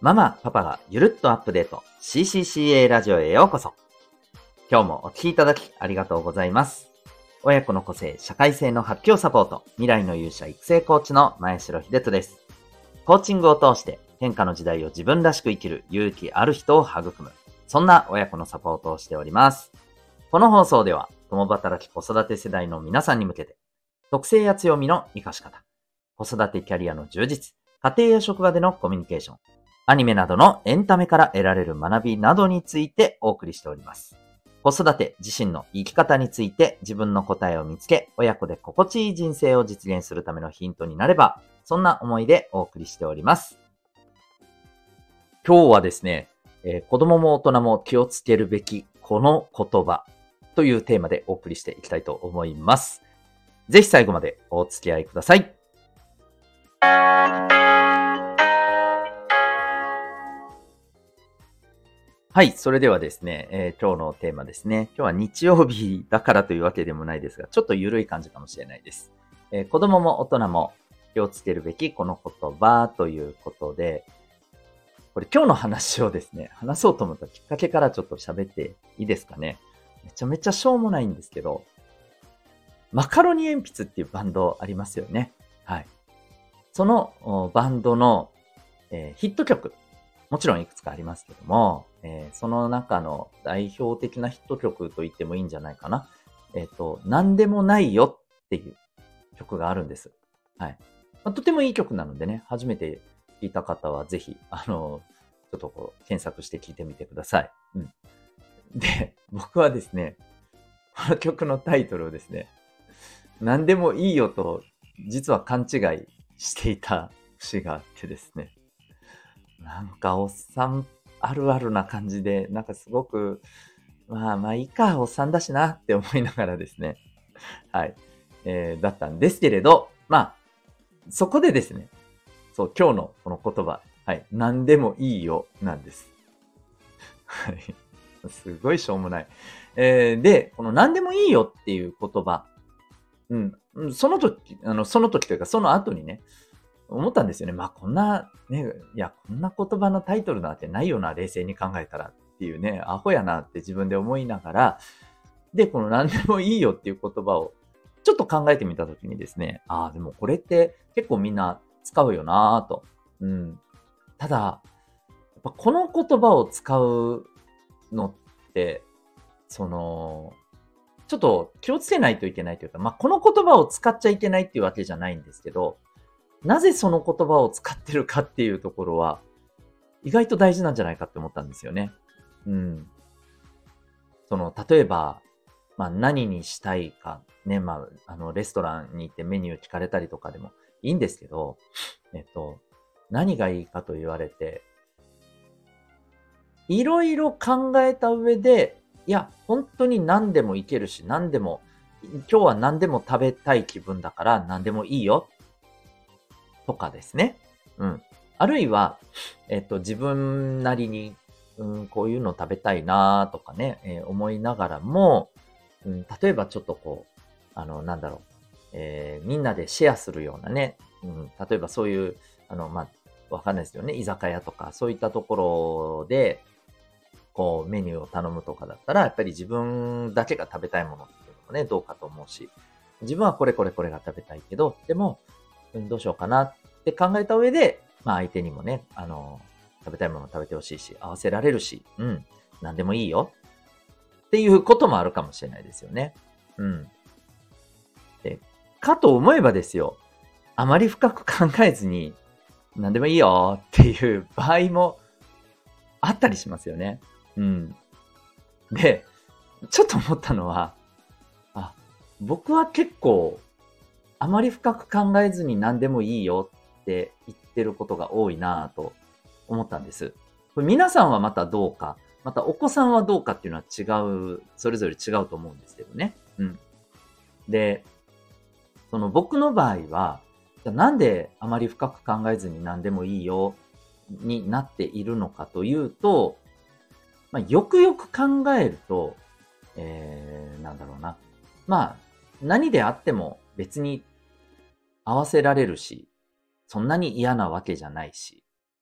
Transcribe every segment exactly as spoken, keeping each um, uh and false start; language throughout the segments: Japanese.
ママ、パパがゆるっとアップデート シーシーシーエー ラジオへようこそ。今日もお聞きいただきありがとうございます。親子の個性、社会性の発揮をサポート、未来の勇者育成コーチの前城秀人です。コーチングを通して変化の時代を自分らしく生きる勇気ある人を育む、そんな親子のサポートをしております。この放送では共働き子育て世代の皆さんに向けて、特性や強みの活かし方、子育てキャリアの充実、家庭や職場でのコミュニケーション、アニメなどのエンタメから得られる学びなどについてお送りしております。子育て自身の生き方について自分の答えを見つけ、親子で心地いい人生を実現するためのヒントになれば、そんな思いでお送りしております。今日はですね、えー、子供も大人も気をつけるべきこの言葉というテーマでお送りしていきたいと思います。ぜひ最後までお付き合いください。はい。それではですね、えー今日のテーマですね。今日は日曜日だからというわけでもないですが、ちょっと緩い感じかもしれないです。えー子供も大人も気をつけるべきこの言葉ということで、これ今日の話をですね、話そうと思ったきっかけからちょっと喋っていいですかね。めちゃめちゃしょうもないんですけど、マカロニ鉛筆っていうバンドありますよね。はい。そのおバンドの、えーヒット曲、もちろんいくつかありますけども、えーその中の代表的なヒット曲と言ってもいいんじゃないかな。えっ、と、なんでもないよっていう曲があるんです。はい。まあとてもいい曲なのでね、初めて聞いた方はぜひ、あの、ちょっとこう、検索して聞いてみてください。うん。で、僕はですね、この曲のタイトルをですね、なんでもいいよと、実は勘違いしていた節があってですね。なんかおっさんあるあるな感じで、なんかすごく、まあまあいいか、おっさんだしなって思いながらですね。はい。えーだったんですけれど、まあ、そこでですね、そう、今日のこの言葉、はい。何でもいいよ、なんです。はい。すごいしょうもない。えーで、この何でもいいよっていう言葉、うん、うんその時、あの、その時というか、その後にね、思ったんですよね。まあ、こんな、ね、いや、こんな言葉のタイトルなんてないよな、冷静に考えたらっていうね、アホやなって自分で思いながら、で、この何でもいいよっていう言葉をちょっと考えてみたときにですね、ああ、でもこれって結構みんな使うよなぁと。うん。ただ、やっぱこの言葉を使うのって、その、ちょっと気をつけないといけないというか、まあ、この言葉を使っちゃいけないっていうわけじゃないんですけど、なぜその言葉を使ってるかっていうところは、意外と大事なんじゃないかって思ったんですよね。うん。その、例えば、まあ、何にしたいか、ね、まあ、あの、レストランに行ってメニュー聞かれたりとかでもいいんですけど、えっと、何がいいかと言われて、いろいろ考えた上で、いや、本当に何でもいけるし、何でも、今日は何でも食べたい気分だから何でもいいよとかですね。うん。あるいは、えっと、自分なりに、うん、こういうの食べたいなとかね、えー思いながらも、うん、例えばちょっとこう、あの、なんだろう、えーみんなでシェアするようなね、うん、例えばそういう、あの、まあ、わかんないですよね、居酒屋とか、そういったところで、こう、メニューを頼むとかだったら、やっぱり自分だけが食べたいものっていうのもね、どうかと思うし、自分はこれこれこれが食べたいけど、でも、うん、どうしようかなって考えた上で、まあ相手にもね、あの、食べたいものを食べてほしいし、合わせられるし、うん、なんでもいいよっていうこともあるかもしれないですよね。うん。で、かと思えばですよ、あまり深く考えずに、なんでもいいよっていう場合もあったりしますよね。うん。で、ちょっと思ったのは、あ、僕は結構、あまり深く考えずに何でもいいよって言ってることが多いなぁと思ったんです。これ皆さんはまたどうか、またお子さんはどうかっていうのは違う、それぞれ違うと思うんですけどね。うん。で、その僕の場合は、じゃあなんであまり深く考えずに何でもいいよになっているのかというと、まあ、よくよく考えると、えー、なんだろうな。まあ、何であっても別に合わせられるし、そんなに嫌なわけじゃないし。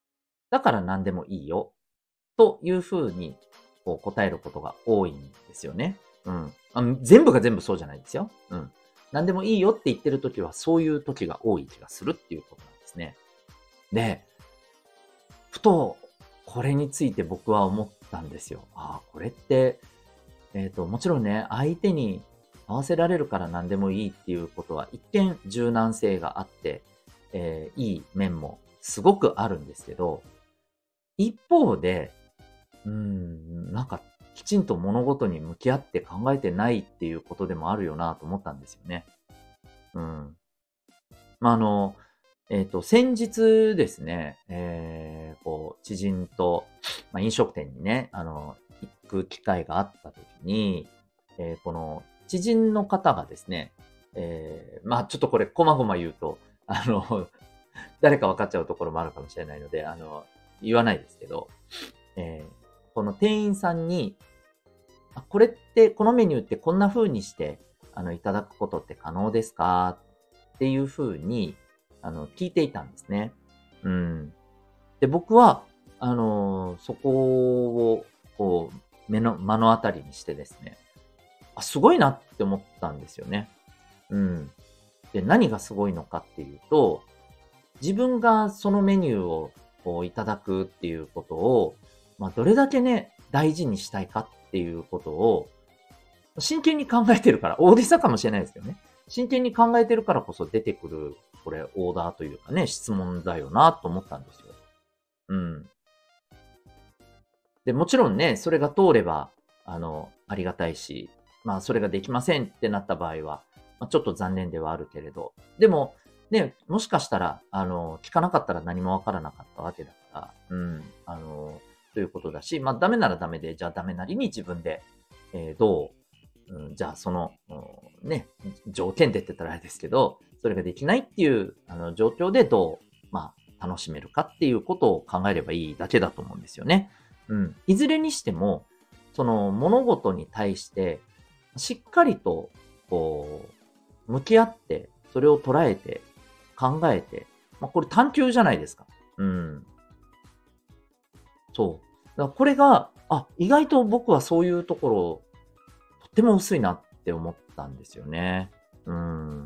だから何でもいいよ。というふうに、こう答えることが多いんですよね。うん。あの全部が全部そうじゃないですよ。うん。何でもいいよって言ってるときは、そういうときが多い気がするっていうことなんですね。で、ふと、これについて僕は思ったんですよ。ああ、これって、えっと、もちろんね、相手に合わせられるから何でもいいっていうことは、一見柔軟性があって、えーいい面もすごくあるんですけど、一方で、うーん、なんか、きちんと物事に向き合って考えてないっていうことでもあるよなと思ったんですよね。うん。まあ、あの、えっと、先日ですね、えーこう、知人と、まあ、飲食店にね、あの、行く機会があった時に、えーこの、知人の方がですね、えーまあ、ちょっとこれ、こまごま言うと、あの、誰か分かっちゃうところもあるかもしれないので、あの、言わないですけど、えーこの店員さんに、あ、これって、このメニューってこんな風にして、あの、いただくことって可能ですかっていう風に、あの、聞いていたんですね。うん。で、僕は、あの、そこを、こう、目の、目の当たりにしてですね、あ、すごいなって思ったんですよね。うん。で、何がすごいのかっていうと、自分がそのメニューをこういただくっていうことを、まあ、どれだけね、大事にしたいかっていうことを、真剣に考えてるから、大げさかもしれないですけどね。真剣に考えてるからこそ出てくる、これ、オーダーというかね、質問だよなと思ったんですよ。うん。で、もちろんね、それが通れば、あの、ありがたいし、まあ、それができませんってなった場合は、まあ、ちょっと残念ではあるけれど、でも、ね、もしかしたら、あの、聞かなかったら何もわからなかったわけだから、うん、あの、ということだし、まあ、ダメならダメで、じゃあダメなりに自分で、えーどう、うん、じゃあその、うんね、条件でって言ったらあれですけど、それができないっていう、あの、状況でどう、まあ、楽しめるかっていうことを考えればいいだけだと思うんですよね。うん。いずれにしても、その物事に対して、しっかりと、こう、向き合って、それを捉えて、考えて、まあ、これ探求じゃないですか。うん。そう。だからこれが、あ、意外と僕はそういうところ、とっても薄いなって思ったんですよね。うん。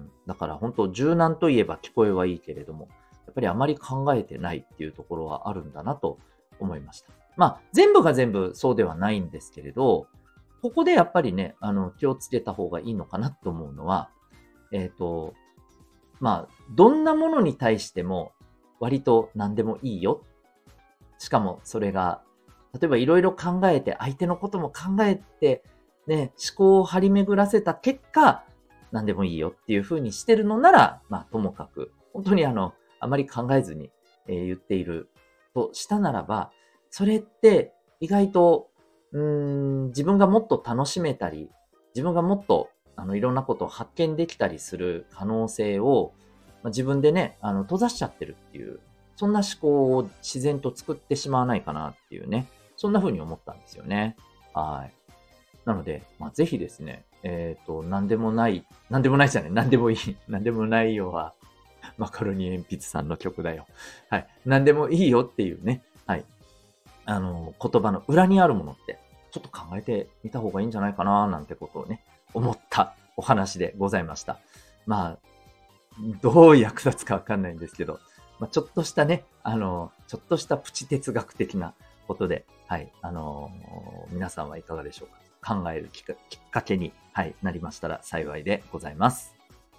だから本当柔軟といえば聞こえはいいけれども、やっぱりあまり考えてないっていうところはあるんだなと思いました。まあ、全部が全部そうではないんですけれど、ここでやっぱりね、あの、気をつけた方がいいのかなと思うのは、えっと、まあ、どんなものに対しても割と何でもいいよ。しかもそれが、例えばいろいろ考えて、相手のことも考えて、ね、思考を張り巡らせた結果、何でもいいよっていう風にしてるのなら、まあ、ともかく、本当にあの、あまり考えずに、えー言っているとしたならば、それって意外と、うーん、自分がもっと楽しめたり、自分がもっと、あの、いろんなことを発見できたりする可能性を、まあ、自分でね、あの、閉ざしちゃってるっていう、そんな思考を自然と作ってしまわないかなっていうね、そんな風に思ったんですよね。はい。なので、まあ、ぜひですね、えっと、なんでもない、なんでもないじゃない、なんでもいい、なんでもないよは、マカロニ鉛筆さんの曲だよ。はい。なんでもいいよっていうね、はい。あの、言葉の裏にあるものって、ちょっと考えてみた方がいいんじゃないかな、なんてことをね、思ったお話でございました。まあ、どう役立つかわかんないんですけど、まあ、ちょっとしたね、あの、ちょっとしたプチ哲学的なことで、はい、あの、皆さんはいかがでしょうか。考えるきっかきっかけに、はい、なりましたら幸いでございます。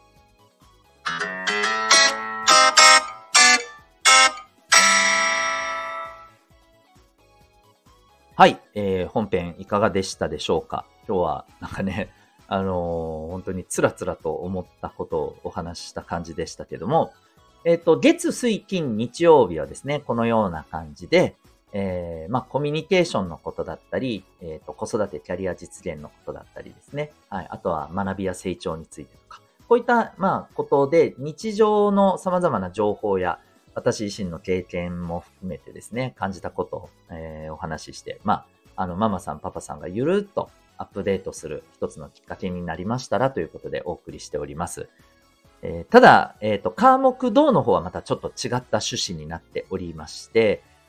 はい、えー、本編いかがでしたでしょうか。今日はなんかね、あのー本当につらつらと思ったことをお話しした感じでしたけども、えっ、と、月、水、金、日曜日はですね、このような感じで、えー、まあ、コミュニケーションのことだったり、えっ、と、子育て、キャリア実現のことだったりですね。はい。あとは学びや成長についてとか。こういった、まあ、ことで、日常の様々な情報や、私自身の経験も含めてですね、感じたことを、えーお話しして、まあ、あの、ママさん、パパさんがゆるっとアップデートする一つのきっかけになりましたらということでお送りしております。えーただ、えっと、科目同の方はまたちょっと違った趣旨になっておりまして、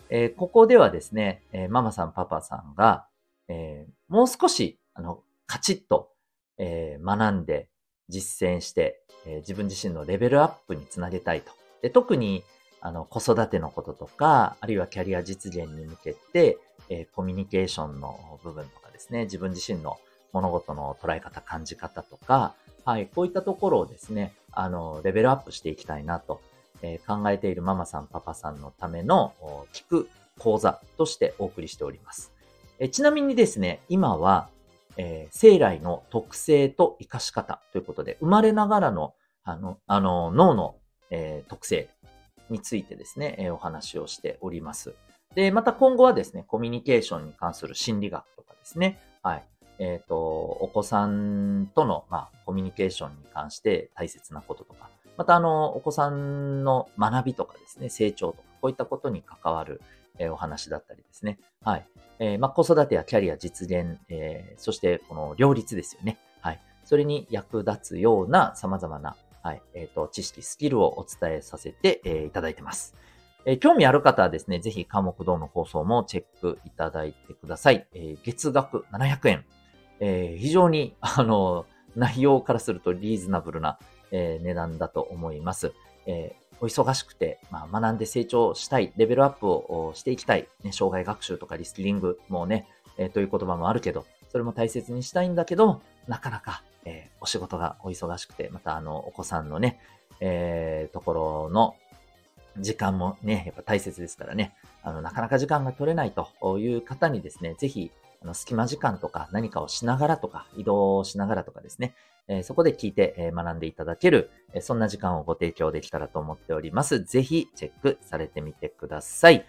えーここではですね、えーママさん、パパさんが、えーもう少し、あの、カチッと、えー学んで、実践して、えー自分自身のレベルアップにつなげたいと。で、特に、あの、子育てのこととか、あるいはキャリア実現に向けて、えーコミュニケーションの部分とかですね、自分自身の物事の捉え方、感じ方とか、はい、こういったところをですね、あの、レベルアップしていきたいなと、えー考えているママさん、パパさんのためのお聞く講座としてお送りしております。えーちなみにですね、今は、えー生来の特性と活かし方ということで、生まれながらの、あの、あの脳の、えー特性についてですね、えーお話をしております。で、また今後はですね、コミュニケーションに関する心理学とかですね、はい。えっ、と、お子さんとの、まあ、コミュニケーションに関して大切なこととか、またあの、お子さんの学びとかですね、成長とか、こういったことに関わる、えーお話だったりですね。はい。えーまあ、子育てやキャリア実現、えーそしてこの両立ですよね。はい。それに役立つような様々な、はい、えっ、と、知識、スキルをお伝えさせて、えーいただいてます。えー興味ある方はですね、ぜひ、科目堂の放送もチェックいただいてください。えー月額ななひゃくえん。えー非常に、あの、内容からするとリーズナブルな、えー値段だと思います。えーお忙しくて、まあ、学んで成長したい、レベルアップをしていきたい、ね、障害学習とかリスキリングもね、えーという言葉もあるけど、それも大切にしたいんだけど、なかなか、えーお仕事がお忙しくて、またあの、お子さんのね、えーところの時間もね、やっぱ大切ですからね。あの、なかなか時間が取れないという方にですね、ぜひ、あの、隙間時間とか何かをしながらとか、移動しながらとかですね、えーそこで聞いて、えー学んでいただける、えーそんな時間をご提供できたらと思っております。ぜひ、チェックされてみてください。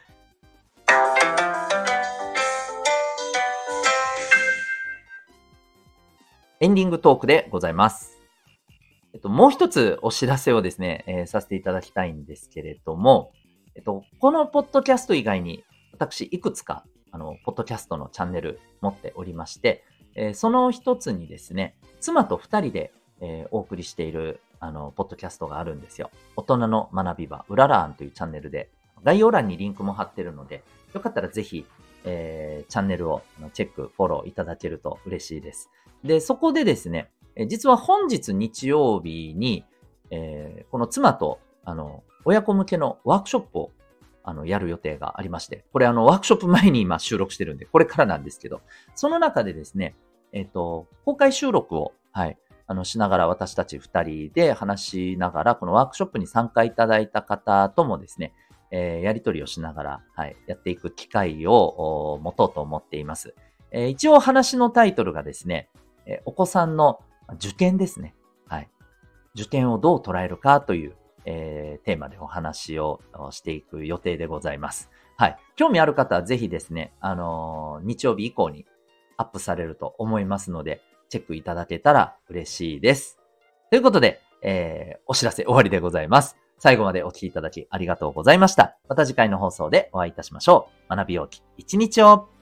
エンディングトークでございます。えっと、もう一つお知らせをですね、えーさせていただきたいんですけれども、えっと、このポッドキャスト以外に、私、いくつか、あの、ポッドキャストのチャンネル持っておりまして、えーその一つにですね、妻と二人で、えーお送りしている、あの、ポッドキャストがあるんですよ。大人の学び場、うららーんというチャンネルで、概要欄にリンクも貼ってるので、よかったらぜひ、えーチャンネルをあのチェック、フォローいただけると嬉しいです。で、そこでですね、え実は本日日曜日に、えーこの妻と、あの、親子向けのワークショップを、あの、やる予定がありまして、これあの、ワークショップ前に今収録してるんで、これからなんですけど、その中でですね、えっ、と、公開収録を、はい、あの、しながら私たち二人で話しながら、このワークショップに参加いただいた方ともですね、えーやり取りをしながら、はい、やっていく機会をお持とうと思っています。えー一応話のタイトルがですね、えーお子さんの受験ですね。はい。受験をどう捉えるかという、えーテーマでお話をしていく予定でございます。はい。興味ある方はぜひですね、あのー日曜日以降にアップされると思いますので、チェックいただけたら嬉しいです。ということで、えーお知らせ終わりでございます。最後までお聞きいただきありがとうございました。また次回の放送でお会いいたしましょう。学びようき一日を。